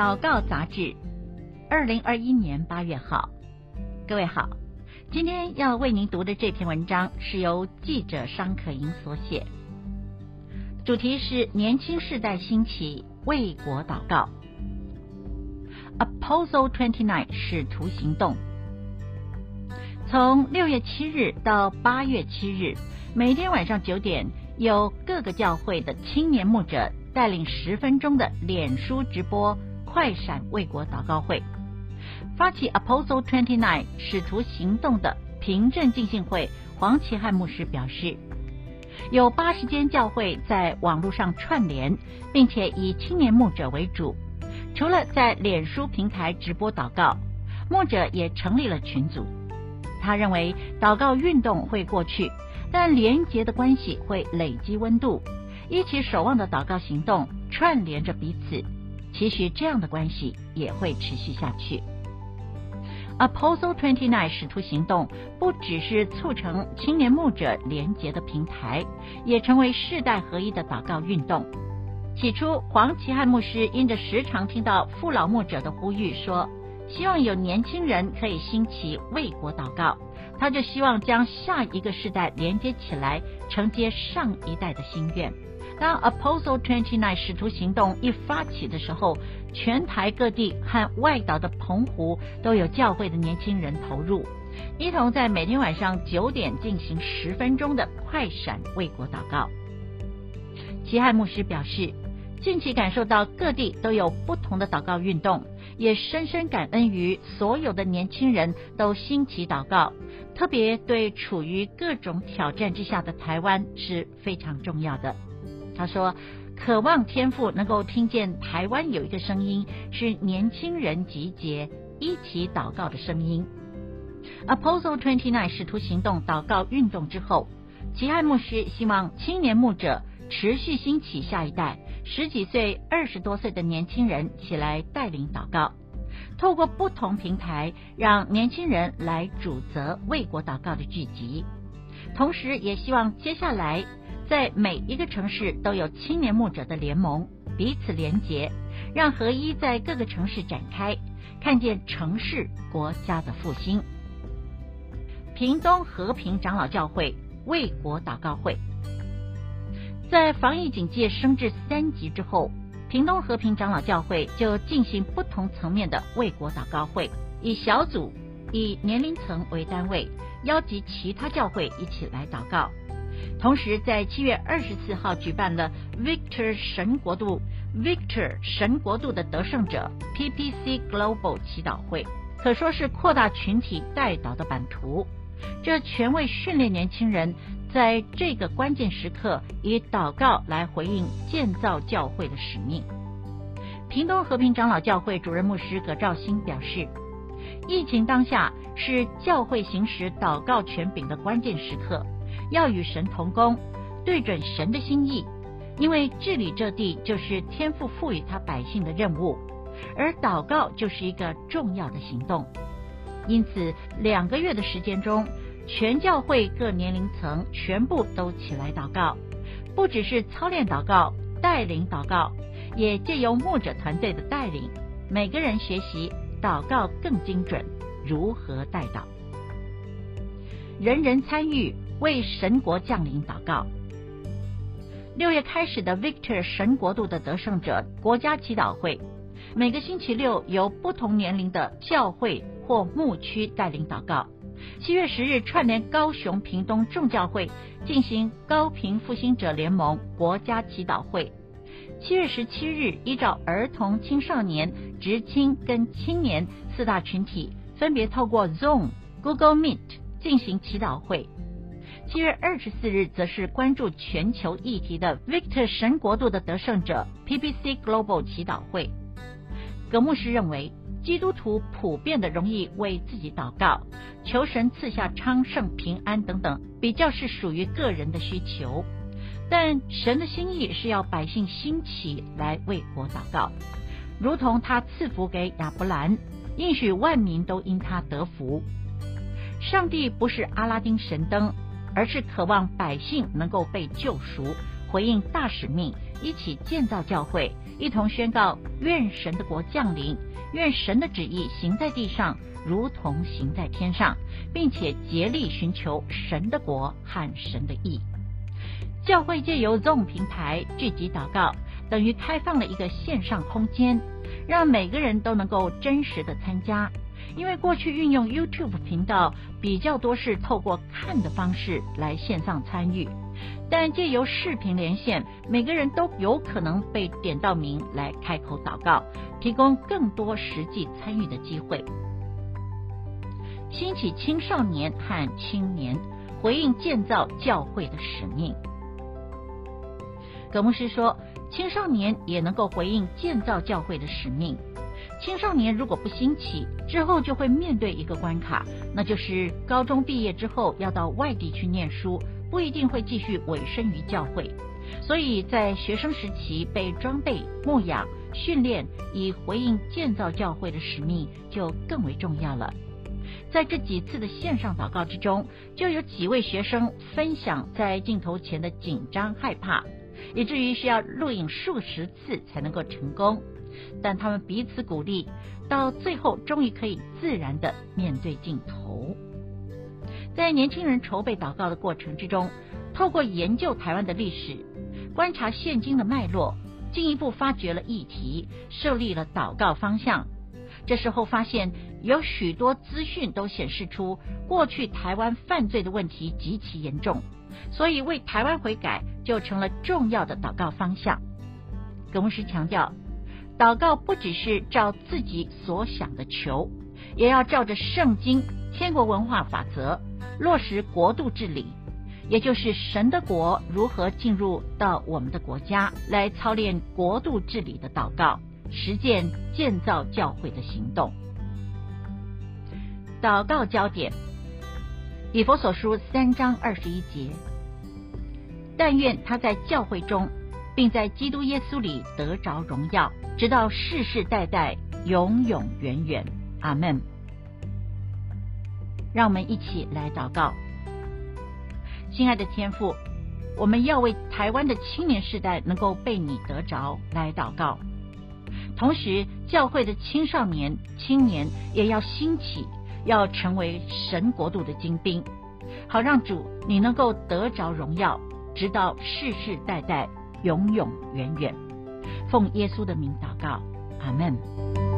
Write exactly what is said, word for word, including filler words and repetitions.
祷告杂志，二零二一年八月号。各位好，今天要为您读的这篇文章是由记者商可盈所写，主题是年轻世代兴起为国祷告。Apostle 二十九 使徒行动。从六月七日到八月七日，每天晚上九点，有各个教会的青年牧者带领十分钟的脸书直播快闪为国祷告会。发起 Apostle 二十九 使徒行动的平镇浸信会黄奇汉牧师表示，有八十间教会在网络上串联，并且以青年牧者为主。除了在脸书平台直播祷告，牧者也成立了群组。他认为祷告运动会过去，但连结的关系会累积温度，一起守望的祷告行动串联着彼此，期许这样的关系也会持续下去。Apostle 二十九 使徒行动不只是促成青年牧者连结的平台，也成为世代合一的祷告运动。起初，黄奇汉牧师因着时常听到父老牧者的呼吁，说希望有年轻人可以兴起为国祷告，他就希望将下一个世代连接起来，承接上一代的心愿。当 Apostle 二十九 使徒行动一发起的时候，全台各地和外岛的澎湖都有教会的年轻人投入，一同在每天晚上九点进行十分钟的快闪为国祷告。奇汉牧师表示，近期感受到各地都有不同的祷告运动，也深深感恩于所有的年轻人都兴起祷告，特别对处于各种挑战之下的台湾是非常重要的。他说，渴望天父能够听见台湾有一个声音，是年轻人集结一起祷告的声音。 Apostle 二十九 使徒行动祷告运动之后，奇汉牧师希望青年牧者持续兴起下一代，十几岁、二十多岁的年轻人起来带领祷告，透过不同平台让年轻人来主责为国祷告的聚集。同时也希望接下来在每一个城市都有青年牧者的联盟，彼此连结，让合一在各个城市展开，看见城市国家的复兴。屏东和平长老教会为国祷告会。在防疫警戒升至三级之后，屏东和平长老教会就进行不同层面的为国祷告会，以小组、以年龄层为单位，邀集其他教会一起来祷告。同时在七月二十四号举办了 Victor 神国度 Victor 神国度的得胜者 P P C Global 祈祷会，可说是扩大群体代祷的版图。这全为训练年轻人在这个关键时刻以祷告来回应建造教会的使命。屏东和平长老教会主任牧师葛兆兴表示，疫情当下是教会行使祷告权柄的关键时刻，要与神同工，对准神的心意，因为治理这地就是天父赋予他百姓的任务，而祷告就是一个重要的行动。因此两个月的时间中，全教会各年龄层全部都起来祷告，不只是操练祷告、带领祷告，也借由牧者团队的带领，每个人学习祷告更精准，如何带祷。人人参与为神国降临祷告。六月开始的 Victor 神国度的得胜者国家祈祷会，每个星期六由不同年龄的教会或牧区带领祷告。七月十日串联高雄屏东众教会进行高屏复兴者联盟国家祈祷会。七月十七日依照儿童、青少年、职青跟青年四大群体，分别透过 Zoom、Google Meet 进行祈祷会。七月二十四日则是关注全球议题的 Victor 神国度的得胜者 P P C Global 祈祷会。葛牧师认为，基督徒普遍的容易为自己祷告，求神赐下昌盛、平安等等，比较是属于个人的需求。但神的心意是要百姓兴起来为国祷告，如同他赐福给亚伯兰，应许万民都因他得福。上帝不是阿拉丁神灯，而是渴望百姓能够被救赎， 回应大使命，一起建造教会，一同宣告愿神的国降临，愿神的旨意行在地上如同行在天上，并且竭力寻求神的国和神的义。教会借由 Zoom 平台聚集祷告，等于开放了一个线上空间，让每个人都能够真实的参加。因为过去运用 YouTube 频道比较多是透过看的方式来线上参与，但借由视频连线，每个人都有可能被点到名来开口祷告，提供更多实际参与的机会。兴起青少年和青年，回应建造教会的使命。葛牧师说，青少年也能够回应建造教会的使命。青少年如果不兴起，之后就会面对一个关卡，那就是高中毕业之后要到外地去念书，不一定会继续委身于教会。所以在学生时期被装备、牧养、训练，以回应建造教会的使命就更为重要了。在这几次的线上祷告之中，就有几位学生分享在镜头前的紧张害怕，以至于需要录影数十次才能够成功，但他们彼此鼓励，到最后终于可以自然的面对镜头。在年轻人筹备祷告的过程之中，透过研究台湾的历史，观察现今的脉络，进一步发掘了议题，设立了祷告方向。这时候发现有许多资讯都显示出过去台湾犯罪的问题极其严重，所以为台湾悔改就成了重要的祷告方向。葛牧师强调，祷告不只是照自己所想的求，也要照着圣经天国文化法则落实国度治理，也就是神的国如何进入到我们的国家，来操练国度治理的祷告，实践建造教会的行动。祷告焦点，以弗所书三章二十一节，但愿他在教会中，并在基督耶稣里得着荣耀，直到世世代代永永远远。阿们。让我们一起来祷告。亲爱的天父，我们要为台湾的青年世代能够被你得着来祷告，同时教会的青少年青年也要兴起，要成为神国度的精兵，好让主你能够得着荣耀，直到世世代代永永远远。奉耶稣的名祷告，阿们。